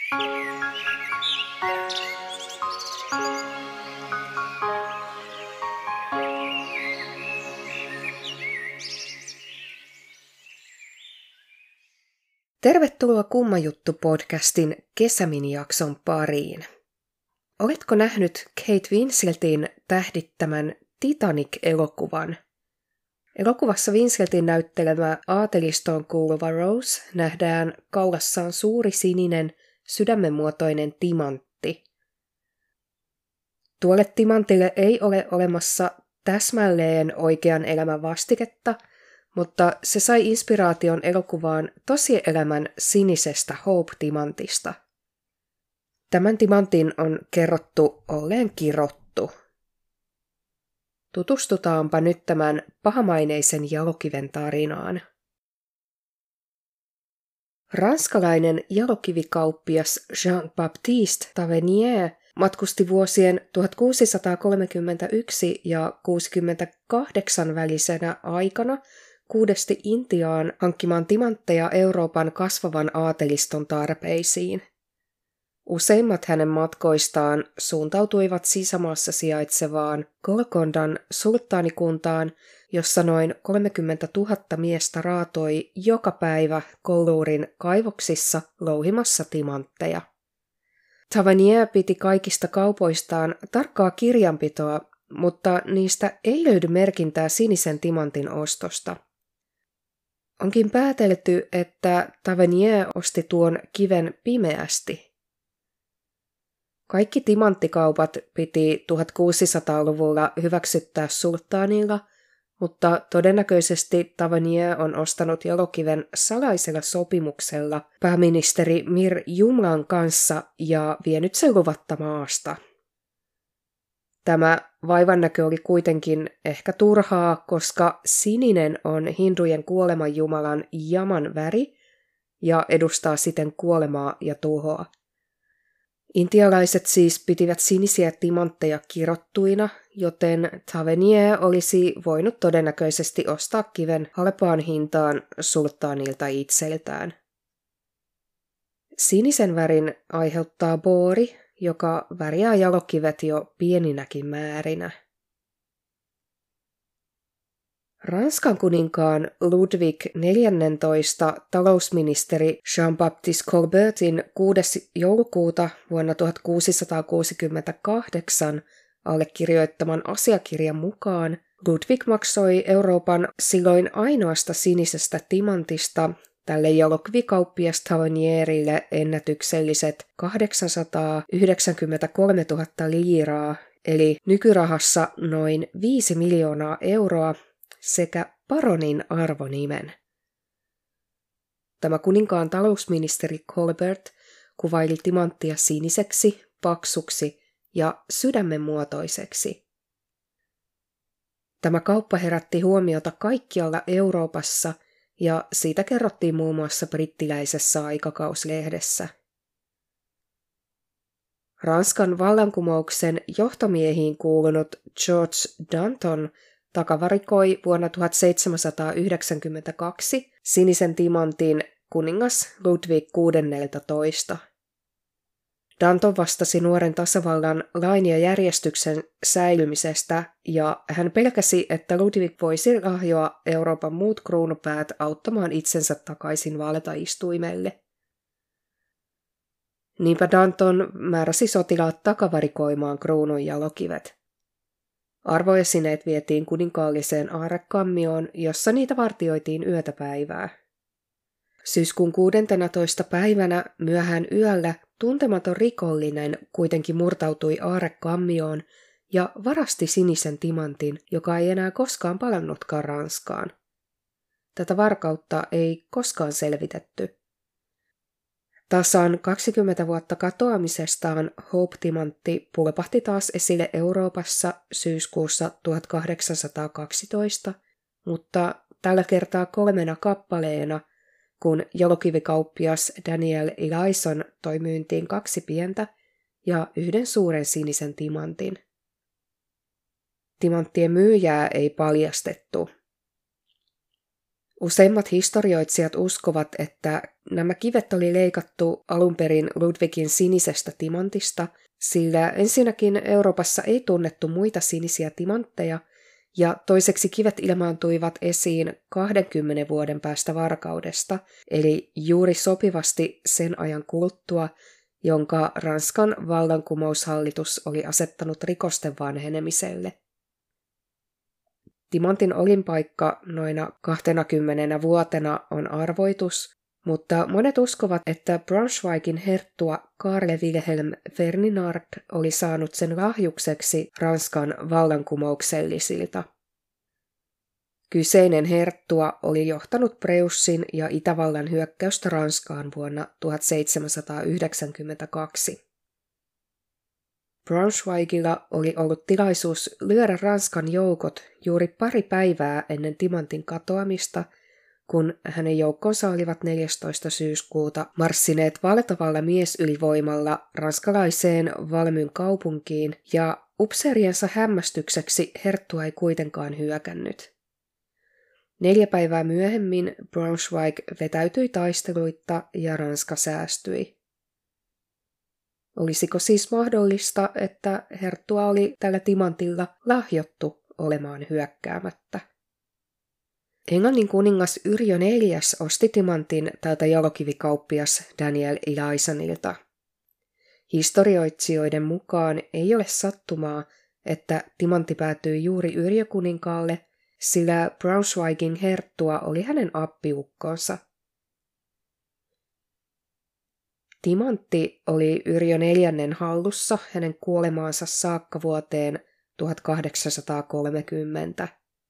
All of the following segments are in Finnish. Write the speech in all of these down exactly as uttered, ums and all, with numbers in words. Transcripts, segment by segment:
Tervetuloa Kumma Juttu-podcastin kesäminijakson pariin. Oletko nähnyt Kate Winsletin tähdittämän Titanic-elokuvan? Elokuvassa Winsletin näyttelemä aatelistoon kuuluva Rose nähdään kaulassaan suuri sininen sydämenmuotoinen timantti. Tuolle timantille ei ole olemassa täsmälleen oikean elämän vastiketta, mutta se sai inspiraation elokuvaan tosielämän sinisestä Hope-timantista. Tämän timantin on kerrottu olleen kirottu. Tutustutaanpa nyt tämän pahamaineisen jalokiven tarinaan. Ranskalainen jalokivikauppias Jean-Baptiste Tavernier matkusti vuosien tuhatkuusisataakolmekymmentäyksi ja kuusikymmentäkahdeksan välisenä aikana kuudesti Intiaan hankkimaan timantteja Euroopan kasvavan aateliston tarpeisiin. Useimmat hänen matkoistaan suuntautuivat sisämaassa sijaitsevaan Golcondan sulttaanikuntaan, jossa noin kolmekymmentätuhatta miestä raatoi joka päivä Koulourin kaivoksissa louhimassa timantteja. Tavernier piti kaikista kaupoistaan tarkkaa kirjanpitoa, mutta niistä ei löydy merkintää sinisen timantin ostosta. Onkin päätelty, että Tavernier osti tuon kiven pimeästi. Kaikki timanttikaupat piti tuhatkuusisataaluvulla hyväksyttää sulttaanilla, mutta todennäköisesti Tavernier on ostanut jalokiven salaisella sopimuksella pääministeri Mir Jumlan kanssa ja vienyt sen luvatta maasta. Tämä vaivannäkö oli kuitenkin ehkä turhaa, koska sininen on hindujen kuolemanjumalan Jaman väri ja edustaa siten kuolemaa ja tuhoa. Intialaiset siis pitivät sinisiä timantteja kirottuina, joten Tavernier olisi voinut todennäköisesti ostaa kiven halpaan hintaan sulttaanilta itseltään. Sinisen värin aiheuttaa boori, joka värjää jalokivet jo pieninäkin määrinä. Ranskan kuninkaan Ludwig neljästoista talousministeri Jean-Baptiste Colbertin kuudes joulukuuta vuonna tuhatkuusisataakuusikymmentäkahdeksan allekirjoittaman asiakirjan mukaan Ludwig maksoi Euroopan silloin ainoasta sinisestä timantista tälle jalokivikauppias Tavernierille ennätykselliset kahdeksansataayhdeksänkymmentäkolmetuhatta liiraa, eli nykyrahassa noin viisi miljoonaa euroa, sekä baronin arvonimen. Tämä kuninkaan talousministeri Colbert kuvaili timanttia siniseksi, paksuksi ja sydämenmuotoiseksi. Tämä kauppa herätti huomiota kaikkialla Euroopassa ja siitä kerrottiin muun muassa brittiläisessä aikakauslehdessä. Ranskan vallankumouksen johtomiehiin kuulunut George Danton takavarikoi vuonna tuhatseitsemänsataayhdeksänkymmentäkaksi sinisen timantin kuningas Ludwig kuusitoista. Danton vastasi nuoren tasavallan lain ja järjestyksen säilymisestä ja hän pelkäsi, että Ludwig voisi lahjoa Euroopan muut kruunupäät auttamaan itsensä takaisin valtaistuimelle. Niinpä Danton määräsi sotilaat takavarikoimaan kruunun jalokivet. Arvoesineet vietiin kuninkaalliseen aarrekammioon, jossa niitä vartioitiin yötä päivää. Syyskuun kuudentenatoista päivänä myöhään yöllä tuntematon rikollinen kuitenkin murtautui aarrekammioon ja varasti sinisen timantin, joka ei enää koskaan palannutkaan Ranskaan. Tätä varkautta ei koskaan selvitetty. Tasan kaksikymmentä vuotta katoamisestaan Hope-timantti pulpahti taas esille Euroopassa syyskuussa tuhatkahdeksansataakaksitoista, mutta tällä kertaa kolmena kappaleena, kun jalokivikauppias Daniel Ilaison toi myyntiin kaksi pientä ja yhden suuren sinisen timantin. Timanttien myyjää ei paljastettu. Useimmat historioitsijat uskovat, että nämä kivet oli leikattu alun perin Ludwigin sinisestä timantista, sillä ensinnäkin Euroopassa ei tunnettu muita sinisiä timantteja, ja toiseksi kivet ilmaantuivat esiin kahdenkymmenen vuoden päästä varkaudesta, eli juuri sopivasti sen ajan kuluttua, jonka Ranskan vallankumoushallitus oli asettanut rikosten vanhenemiselle. Timantin olinpaikka noina kaksikymmentä vuotena on arvoitus, mutta monet uskovat, että Braunschweigin herttua Karl Wilhelm Ferdinand oli saanut sen lahjukseksi Ranskan vallankumouksellisilta. Kyseinen herttua oli johtanut Preussin ja Itävallan hyökkäystä Ranskaan vuonna tuhatseitsemänsataayhdeksänkymmentäkaksi. Braunschweigilla oli ollut tilaisuus lyödä Ranskan joukot juuri pari päivää ennen timantin katoamista, kun hänen joukkonsa olivat neljästoista syyskuuta marssineet valtavalla miesylivoimalla ranskalaiseen Valmyn kaupunkiin, ja upseeriensa hämmästykseksi herttua ei kuitenkaan hyökännyt. Neljä päivää myöhemmin Braunschweig vetäytyi taisteluitta ja Ranska säästyi. Olisiko siis mahdollista, että herttua oli tällä timantilla lahjottu olemaan hyökkäämättä? Englannin kuningas Yrjö neljäs osti timantin tältä jalokivikauppias Daniel Eliasonilta. Historioitsijoiden mukaan ei ole sattumaa, että timantti päätyi juuri Yrjö kuninkaalle, sillä Braunschweigin herttua oli hänen appiukkonsa. Timantti oli Yrjö neljännen hallussa hänen kuolemaansa saakka vuoteen tuhatkahdeksansataakolmekymmentä.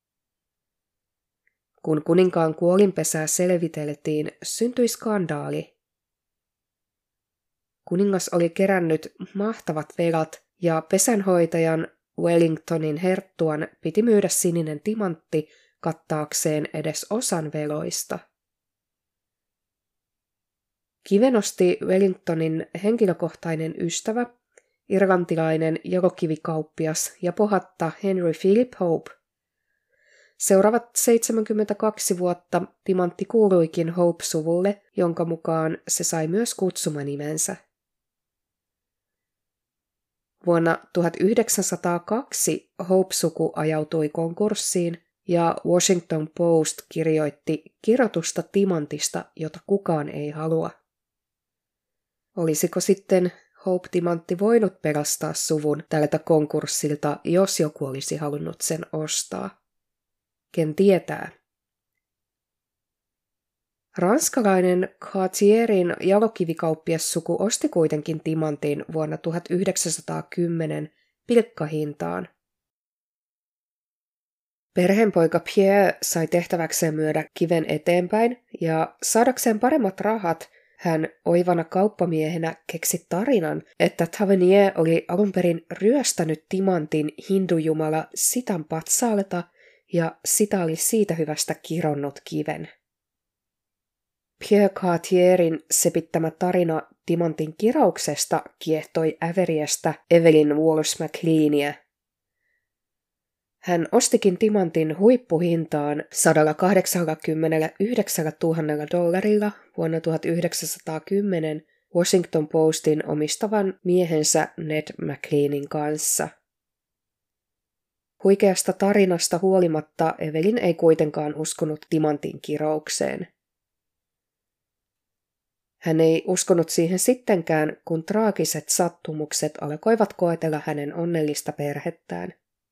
Kun kuninkaan kuolinpesää selviteltiin, syntyi skandaali. Kuningas oli kerännyt mahtavat velat ja pesänhoitajan Wellingtonin herttuan piti myydä sininen timantti kattaakseen edes osan veloista. Kiven osti Wellingtonin henkilökohtainen ystävä, irlantilainen jalokivikauppias ja pohatta Henry Philip Hope. Seuraavat seitsemänkymmentäkaksi vuotta timantti kuuluikin Hope-suvulle, jonka mukaan se sai myös kutsumanimensä. Vuonna tuhatyhdeksänsataakaksi Hope-suku ajautui konkurssiin ja Washington Post kirjoitti kirjoitusta timantista, jota kukaan ei halua. Olisiko sitten Hope-timantti voinut pelastaa suvun tältä konkurssilta, jos joku olisi halunnut sen ostaa? Ken tietää? Ranskalainen Cartierin jalokivikauppiassuku osti kuitenkin timantin vuonna tuhatyhdeksänsataakymmenen pilkkahintaan. Perheenpoika Pierre sai tehtäväkseen myydä kiven eteenpäin, ja saadakseen paremmat rahat hän oivana kauppamiehenä keksi tarinan, että Tavernier oli alun perin ryöstänyt timantin hindujumala Sitan patsaalta ja Sita oli siitä hyvästä kironnut kiven. Pierre Cartierin sepittämä tarina timantin kirauksesta kiehtoi äveriästä Evelyn Wallace McLeania. Hän ostikin timantin huippuhintaan sata kahdeksankymmentäyhdeksäntuhatta dollarilla vuonna tuhatyhdeksänsataakymmenen Washington Postin omistavan miehensä Ned McLeanin kanssa. Huikeasta tarinasta huolimatta Evelyn ei kuitenkaan uskonut timantin kiroukseen. Hän ei uskonut siihen sittenkään, kun traagiset sattumukset alkoivat koetella hänen onnellista perhettään.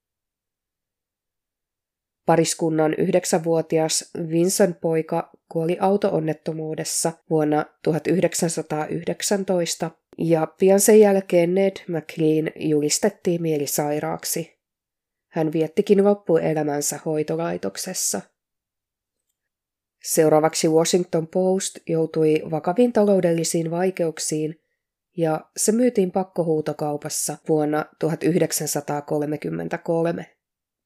Pariskunnan yhdeksänvuotias Vincent-poika kuoli auto-onnettomuudessa vuonna tuhatyhdeksänsataayhdeksäntoista ja pian sen jälkeen Ned McLean julistettiin mielisairaaksi. Hän viettikin loppuelämänsä hoitolaitoksessa. Seuraavaksi Washington Post joutui vakaviin taloudellisiin vaikeuksiin ja se myytiin pakkohuutokaupassa vuonna tuhatyhdeksänsataakolmekymmentäkolme.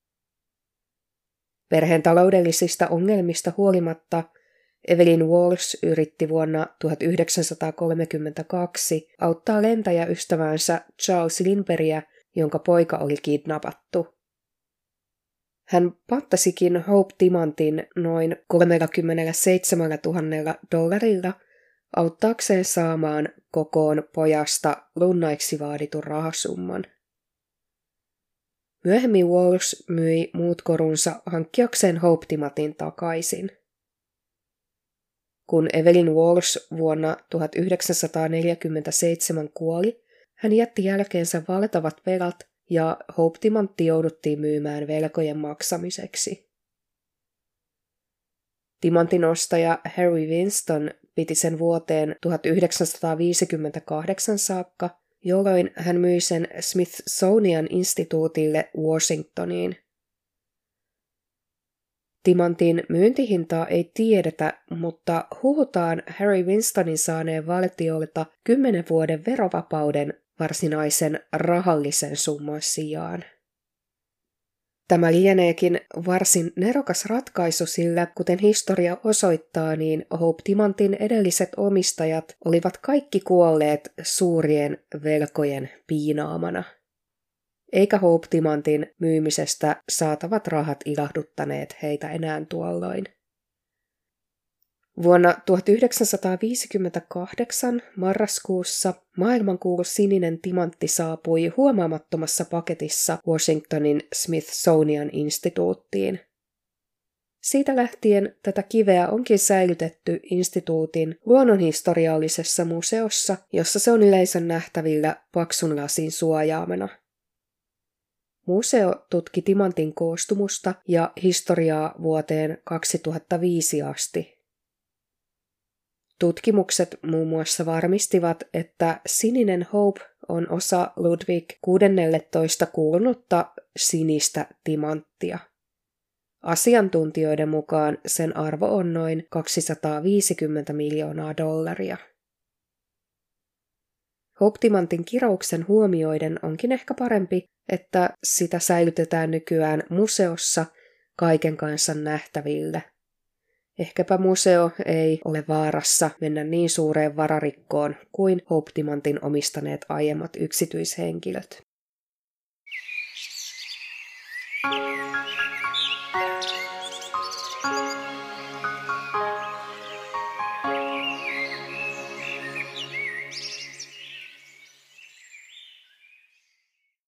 Perheen taloudellisista ongelmista huolimatta Evelyn Walsh yritti vuonna tuhatyhdeksänsataakolmekymmentäkaksi auttaa lentäjäystävänsä Charles Lindberghia, jonka poika oli kidnappattu. Hän panttasikin Hope-timantin noin kolmekymmentäseitsemäntuhatta dollarilla auttaakseen saamaan kokoon pojasta lunnaiksi vaaditun rahasumman. Myöhemmin Walsh myi muut korunsa hankkiakseen Hope-timantin takaisin. Kun Evelyn Walsh vuonna tuhatyhdeksänsataaneljäkymmentäseitsemän kuoli, hän jätti jälkeensä valtavat velat ja Hope-timantti jouduttiin myymään velkojen maksamiseksi. Timantin ostaja Harry Winston piti sen vuoteen tuhatyhdeksänsataaviisikymmentäkahdeksan saakka, jolloin hän myi sen Smithsonian instituutille Washingtoniin. Timantin myyntihintaa ei tiedetä, mutta huhutaan Harry Winstonin saaneen valtiolta kymmenen vuoden verovapauden varsinaisen rahallisen summan sijaan. Tämä lieneekin varsin nerokas ratkaisu, sillä kuten historia osoittaa, niin Hope-timantin edelliset omistajat olivat kaikki kuolleet suurien velkojen piinaamana. Eikä Hope-timantin myymisestä saatavat rahat ilahduttaneet heitä enää tuolloin. Vuonna tuhatyhdeksänsataaviisikymmentäkahdeksan marraskuussa maailmankuulu sininen timantti saapui huomaamattomassa paketissa Washingtonin Smithsonian instituuttiin. Siitä lähtien tätä kiveä onkin säilytetty instituutin luonnonhistoriallisessa museossa, jossa se on yleisön nähtävillä paksun lasin suojaamana. Museo tutki timantin koostumusta ja historiaa vuoteen kaksituhattaviisi asti. Tutkimukset muun muassa varmistivat, että sininen Hope on osa Ludwig kuudennelletoista kuulunutta sinistä timanttia. Asiantuntijoiden mukaan sen arvo on noin kaksisataaviisikymmentä miljoonaa dollaria. Hope-timantin kirouksen huomioiden onkin ehkä parempi, että sitä säilytetään nykyään museossa kaiken kansan nähtäville. Ehkäpä museo ei ole vaarassa mennä niin suureen vararikkoon kuin Hope-timantin omistaneet aiemmat yksityishenkilöt.